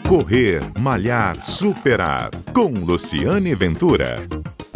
Correr, Malhar, Superar, com Luciane Ventura.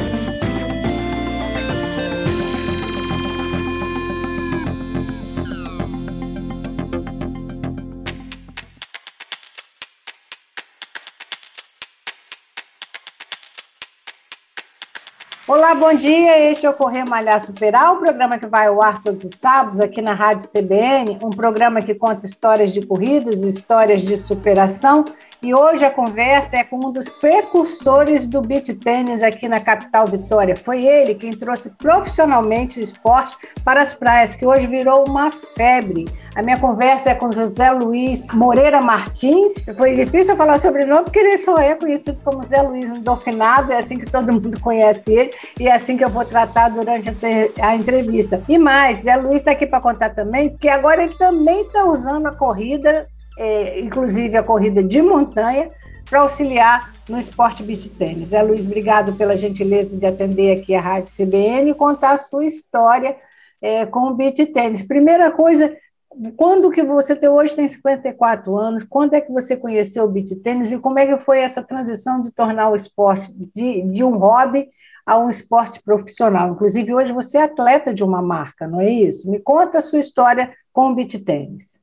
Olá, bom dia. Este é o Correr, Malhar, Superar, o programa que vai ao ar todos os sábados aqui na Rádio CBN, um programa que conta histórias de corridas, histórias de superação. E hoje a conversa é com um dos precursores do beach tênis aqui na capital Vitória. Foi ele quem trouxe profissionalmente o esporte para as praias, que hoje virou uma febre. A minha conversa é com José Luiz Moreira Martins. Foi difícil eu falar o sobrenome, porque ele só é conhecido como Zé Luiz Endorfinado, é assim que todo mundo conhece ele, e é assim que eu vou tratar durante a entrevista. E mais, Zé Luiz está aqui para contar também, que agora ele também está usando a corrida, inclusive a corrida de montanha, para auxiliar no esporte beach tênis. Zé Luiz, obrigado pela gentileza de atender aqui a Rádio CBN e contar a sua história com o beach tênis. Primeira coisa, quando que você hoje tem 54 anos, quando é que você conheceu o beach tênis e como é que foi essa transição de tornar o esporte de um hobby a um esporte profissional? Inclusive, hoje você é atleta de uma marca, não é isso? Me conta a sua história com o beach tênis.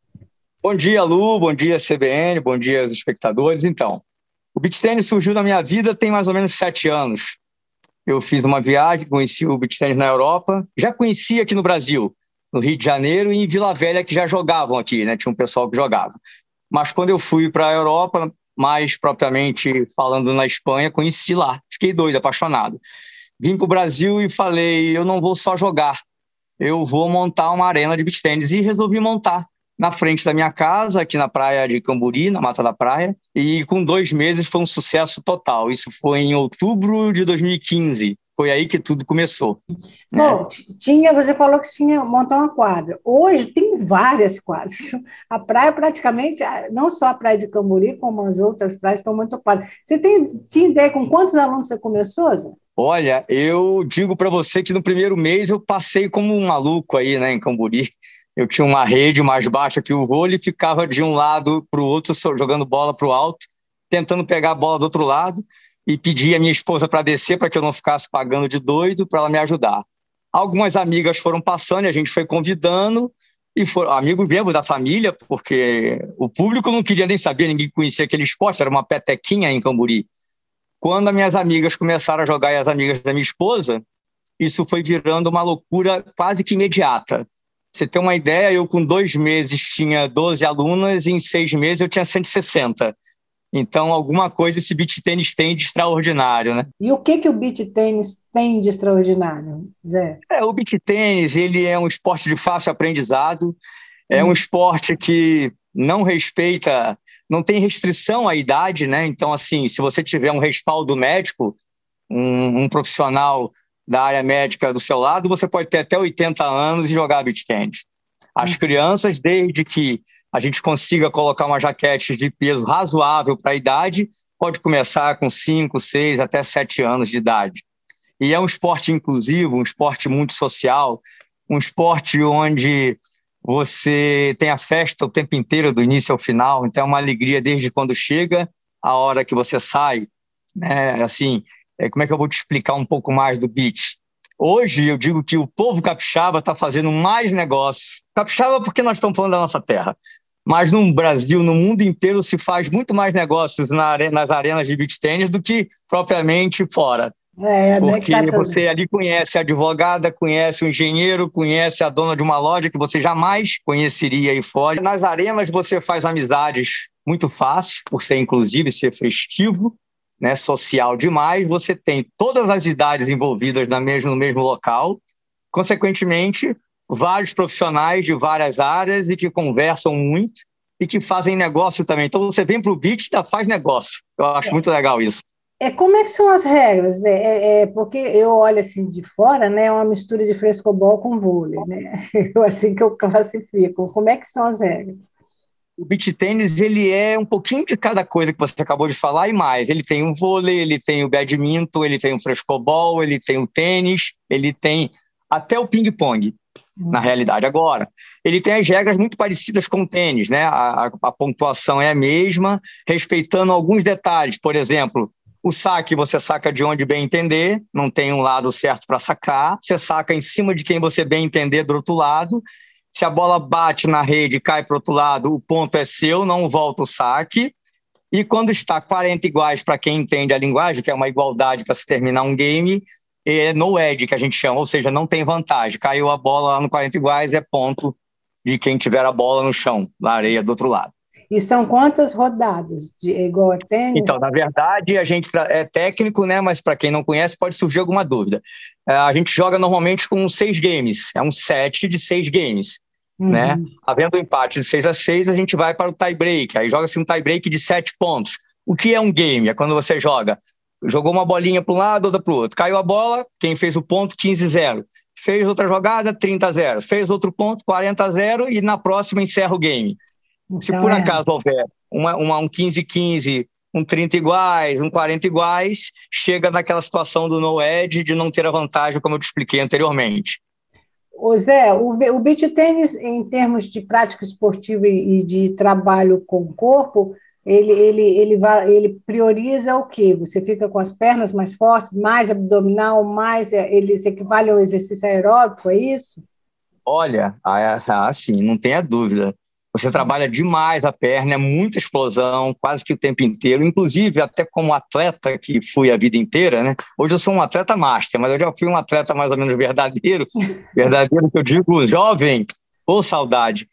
Bom dia, Lu, bom dia, CBN, bom dia aos espectadores. Então, o beach tênis surgiu na minha vida tem mais ou menos 7 anos. Eu fiz uma viagem, conheci o beach tênis na Europa, já conhecia aqui no Brasil, no Rio de Janeiro e em Vila Velha, que já jogavam aqui, né? Tinha um pessoal que jogava. Mas quando eu fui para a Europa, mais propriamente falando na Espanha, conheci lá. Fiquei doido, apaixonado. Vim para o Brasil e falei, eu não vou só jogar, eu vou montar uma arena de beach tênis. E resolvi montar na frente da minha casa, aqui na praia de Camburi, na Mata da Praia, e com 2 meses foi um sucesso total. Isso foi em outubro de 2015. Foi aí que tudo começou. Bom, você falou que tinha montar uma quadra. Hoje tem várias quadras. A praia praticamente, não só a praia de Camburi, como as outras praias estão muito ocupadas. Você tinha ideia com quantos alunos você começou, Zé? Olha, eu digo para você que no primeiro mês eu passei como um maluco aí, né, em Camburi. Eu tinha uma rede mais baixa que o vôlei, ficava de um lado para o outro, jogando bola para o alto, tentando pegar a bola do outro lado, e pedi a minha esposa para descer, para que eu não ficasse pagando de doido, para ela me ajudar. Algumas amigas foram passando e a gente foi convidando, e foram amigos mesmo da família, porque o público não queria nem saber, ninguém conhecia aquele esporte, era uma petequinha em Camburi. Quando as minhas amigas começaram a jogar e as amigas da minha esposa, isso foi virando uma loucura quase que imediata. Você tem uma ideia, eu com 2 meses tinha 12 alunas e em 6 meses eu tinha 160. Então, alguma coisa esse beach tênis tem de extraordinário, né? E o que o beach tênis tem de extraordinário, Zé? O beach tênis, ele é um esporte de fácil aprendizado, é um esporte que não respeita, não tem restrição à idade, né? Então, assim, se você tiver um respaldo médico, um profissional da área médica do seu lado, você pode ter até 80 anos e jogar beach tênis. As crianças, desde que a gente consiga colocar uma jaquete de peso razoável para a idade, pode começar com 5, 6, até 7 anos de idade. E é um esporte inclusivo, um esporte muito social, um esporte onde você tem a festa o tempo inteiro, do início ao final, então é uma alegria desde quando chega a hora que você sai, né? Assim, como é que eu vou te explicar um pouco mais do beach? Hoje eu digo que o povo capixaba está fazendo mais negócio. Capixaba porque nós estamos falando da nossa terra. Mas no Brasil, no mundo inteiro, se faz muito mais negócios nas arenas de beach tênis do que propriamente fora. Porque você ali conhece a advogada, conhece o engenheiro, conhece a dona de uma loja que você jamais conheceria aí fora. Nas arenas você faz amizades muito fácil, por ser inclusive, ser festivo, né, social demais. Você tem todas as idades envolvidas no mesmo local. Consequentemente, vários profissionais de várias áreas e que conversam muito e que fazem negócio também. Então, você vem para o beach e faz negócio. Eu acho muito legal isso. Como é que são as regras? Porque eu olho assim de fora, né? É uma mistura de frescobol com vôlei, né? Assim que eu classifico. Como é que são as regras? O beach tênis, ele é um pouquinho de cada coisa que você acabou de falar e mais. Ele tem o vôlei, ele tem o badminton, ele tem o frescobol, ele tem o tênis, ele tem até o ping-pong. na realidade. Agora, ele tem as regras muito parecidas com o tênis, né? A pontuação é a mesma, respeitando alguns detalhes. Por exemplo, o saque você saca de onde bem entender, não tem um lado certo para sacar, você saca em cima de quem você bem entender do outro lado. Se a bola bate na rede e cai para o outro lado, o ponto é seu, não volta o saque. E quando está 40 iguais para quem entende a linguagem, que é uma igualdade para se terminar um game, é no edge, que a gente chama, ou seja, não tem vantagem. Caiu a bola lá no 40 iguais, é ponto de quem tiver a bola no chão, na areia do outro lado. E são quantas rodadas? Igual a tênis? Então, na verdade, a gente é técnico, né? Mas para quem não conhece, pode surgir alguma dúvida. A gente joga normalmente com 6 games, é um set de 6 games. Né? Havendo um empate de 6-6, a gente vai para o tie-break. Aí joga-se um tie-break de 7 pontos. O que é um game? É quando você jogou uma bolinha para um lado, outra para o outro. Caiu a bola, quem fez o ponto, 15-0. Fez outra jogada, 30-0. Fez outro ponto, 40-0, e na próxima encerra o game. Então, se por acaso houver um 15-15, um 30 iguais, um 40 iguais, chega naquela situação do no-edge, de não ter a vantagem, como eu te expliquei anteriormente. Ô Zé, o beach tênis, em termos de prática esportiva e de trabalho com o corpo, ele prioriza o quê? Você fica com as pernas mais fortes, mais abdominal, ele se equivale ao exercício aeróbico, é isso? Olha, assim, não tenha dúvida. Você trabalha demais a perna, é muita explosão, quase que o tempo inteiro. Inclusive, até como atleta que fui a vida inteira, né? Hoje eu sou um atleta master, mas eu já fui um atleta mais ou menos verdadeiro que eu digo jovem, ou saudade.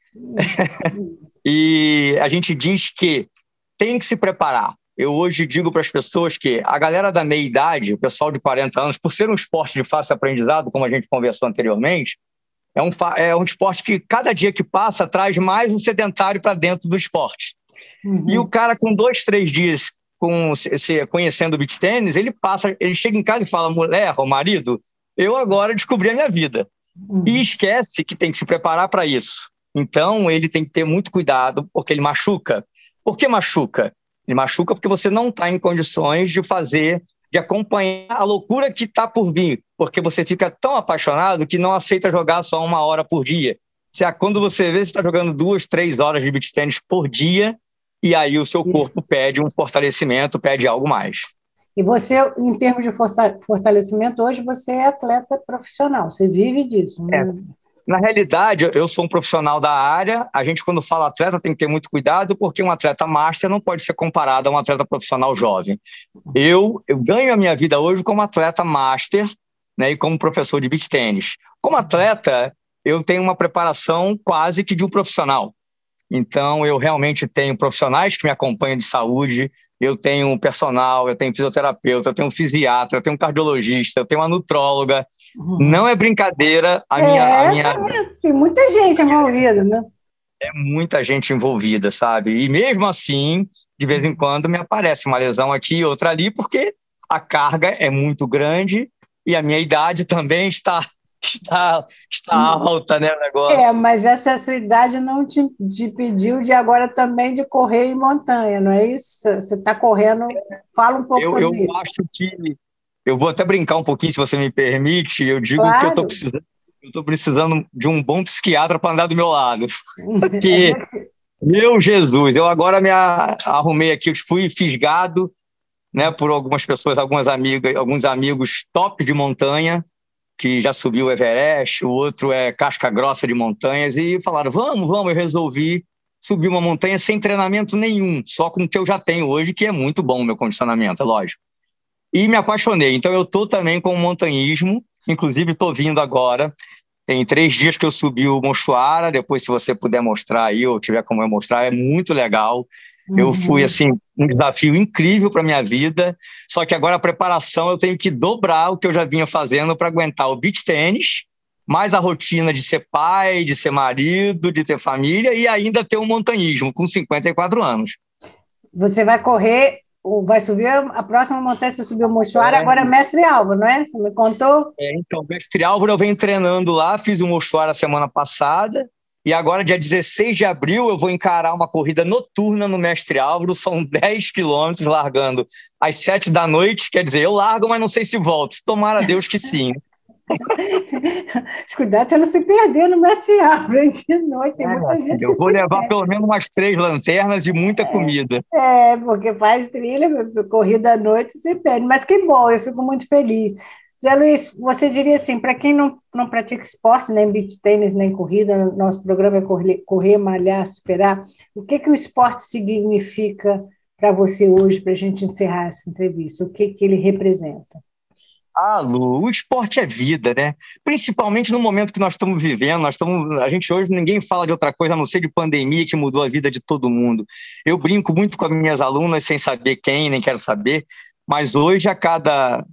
E a gente diz que tem que se preparar. Eu hoje digo para as pessoas que a galera da meia-idade, o pessoal de 40 anos, por ser um esporte de fácil aprendizado, como a gente conversou anteriormente, é um esporte que cada dia que passa traz mais um sedentário para dentro do esporte. E o cara com 2, 3 dias conhecendo o beach tênis, ele chega em casa e fala, mulher ou marido, eu agora descobri a minha vida. E esquece que tem que se preparar para isso. Então ele tem que ter muito cuidado, porque ele machuca. Por que machuca? Ele machuca porque você não está em condições de acompanhar a loucura que está por vir, porque você fica tão apaixonado que não aceita jogar só 1 hora por dia. Quando você vê, você está jogando 2, 3 horas de beach tênis por dia, e aí o seu corpo pede um fortalecimento, pede algo mais. E você, em termos de fortalecimento, hoje você é atleta profissional, você vive disso, né? Na realidade, eu sou um profissional da área. A gente, quando fala atleta, tem que ter muito cuidado, porque um atleta master não pode ser comparado a um atleta profissional jovem. Eu ganho a minha vida hoje como atleta master, né, e como professor de beach tênis. Como atleta, eu tenho uma preparação quase que de um profissional. Então, eu realmente tenho profissionais que me acompanham de saúde, eu tenho um personal, eu tenho fisioterapeuta, eu tenho um fisiatra, eu tenho um cardiologista, eu tenho uma nutróloga. Não é brincadeira a minha... Tem muita gente envolvida, né? É muita gente envolvida, sabe? E mesmo assim, de vez em quando me aparece uma lesão aqui e outra ali, porque a carga é muito grande e a minha idade também está alta, né, o negócio. Mas essa sua idade não te pediu de agora também de correr em montanha, não é isso? Você está correndo, fala um pouco sobre isso. Eu acho que, eu vou até brincar um pouquinho, se você me permite, eu digo que eu estou precisando de um bom psiquiatra para andar do meu lado, porque, meu Jesus, eu agora me arrumei aqui, eu fui fisgado, né, por algumas pessoas, alguns amigos top de montanha, que já subiu o Everest, o outro é casca grossa de montanhas, e falaram, vamos, eu resolvi subir uma montanha sem treinamento nenhum, só com o que eu já tenho hoje, que é muito bom o meu condicionamento, é lógico. E me apaixonei, então eu estou também com o montanhismo, inclusive estou vindo agora, tem 3 dias que eu subi o Mochoara, depois se você puder mostrar aí, ou tiver como eu mostrar, é muito legal. Eu fui, assim, um desafio incrível para a minha vida, só que agora a preparação eu tenho que dobrar o que eu já vinha fazendo para aguentar o beach tênis, mais a rotina de ser pai, de ser marido, de ter família e ainda ter um montanhismo com 54 anos. Você vai correr, vai subir a próxima montanha, você subiu o Mochoara, agora é Mestre Álvaro, não é? Você me contou? Então, Mestre Álvaro eu venho treinando lá, fiz o Mochoara semana passada, e agora, dia 16 de abril, eu vou encarar uma corrida noturna no Mestre Álvaro, são 10 quilômetros, largando às 7 da noite, quer dizer, eu largo, mas não sei se volto, tomara a Deus que sim. Cuidado para não se perder no Marcial, de noite, tem muita gente. Eu vou levar pelo menos umas 3 lanternas e muita comida. Porque faz trilha, corrida à noite, se perde. Mas que bom, eu fico muito feliz. Zé Luiz, você diria assim, para quem não pratica esporte, nem beach tênis, nem corrida, nosso programa é correr, malhar, superar, o que o esporte significa para você hoje, para a gente encerrar essa entrevista? O que ele representa? Lu, o esporte é vida, né? Principalmente no momento que nós estamos vivendo, a gente hoje, ninguém fala de outra coisa a não ser de pandemia que mudou a vida de todo mundo. Eu brinco muito com as minhas alunas, sem saber quem, nem quero saber, mas hoje a cada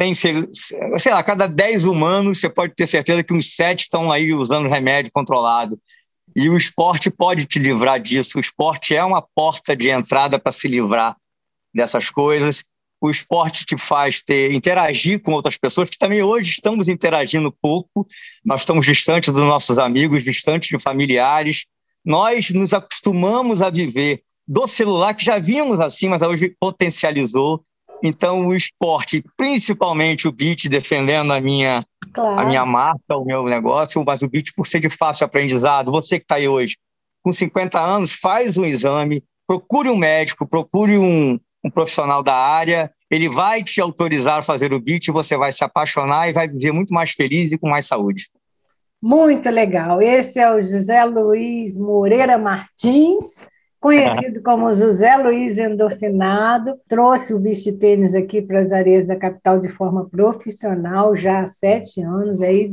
10 humanos, você pode ter certeza que uns 7 estão aí usando remédio controlado. E o esporte pode te livrar disso. O esporte é uma porta de entrada para se livrar dessas coisas. O esporte te faz interagir com outras pessoas, que também hoje estamos interagindo pouco. Nós estamos distantes dos nossos amigos, distantes de familiares. Nós nos acostumamos a viver do celular, que já vimos assim, mas hoje potencializou. Então, o esporte, principalmente o beach, defendendo a minha marca, o meu negócio, mas o beach por ser de fácil aprendizado. Você que está aí hoje, com 50 anos, faz um exame, procure um médico, procure um profissional da área, ele vai te autorizar a fazer o beach, você vai se apaixonar e vai viver muito mais feliz e com mais saúde. Muito legal. Esse é o José Luiz Moreira Martins, conhecido como José Luiz Endorfinado, trouxe o beach tênis aqui para as areias da capital de forma profissional já há 7 anos. Aí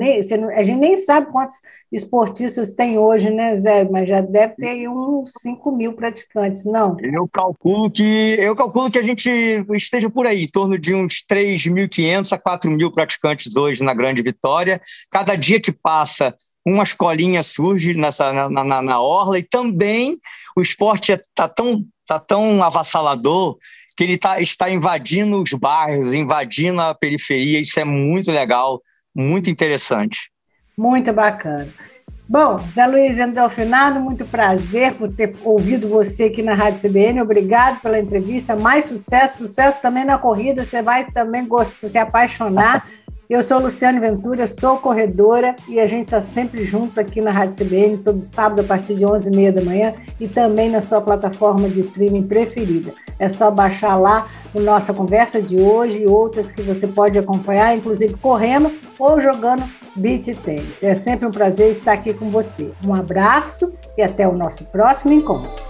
a gente nem sabe quantos esportistas tem hoje, né, Zé? Mas já deve ter uns 5 mil praticantes, não? Eu calculo que a gente esteja por aí, em torno de uns 3.500 a 4.000 praticantes hoje na Grande Vitória. Cada dia que passa, uma escolinha surge na orla, e também o esporte está tão avassalador que ele está invadindo os bairros, invadindo a periferia. Isso é muito legal, muito interessante. Muito bacana. Bom, Zé Luiz Endorfinado, muito prazer por ter ouvido você aqui na Rádio CBN. Obrigado pela entrevista. Mais sucesso também na corrida. Você vai também se apaixonar. Eu sou Luciane Ventura, sou corredora e a gente está sempre junto aqui na Rádio CBN, todo sábado a partir de 11h30 da manhã e também na sua plataforma de streaming preferida. É só baixar lá a nossa conversa de hoje e outras que você pode acompanhar, inclusive correndo ou jogando beach tênis. É sempre um prazer estar aqui com você. Um abraço e até o nosso próximo encontro.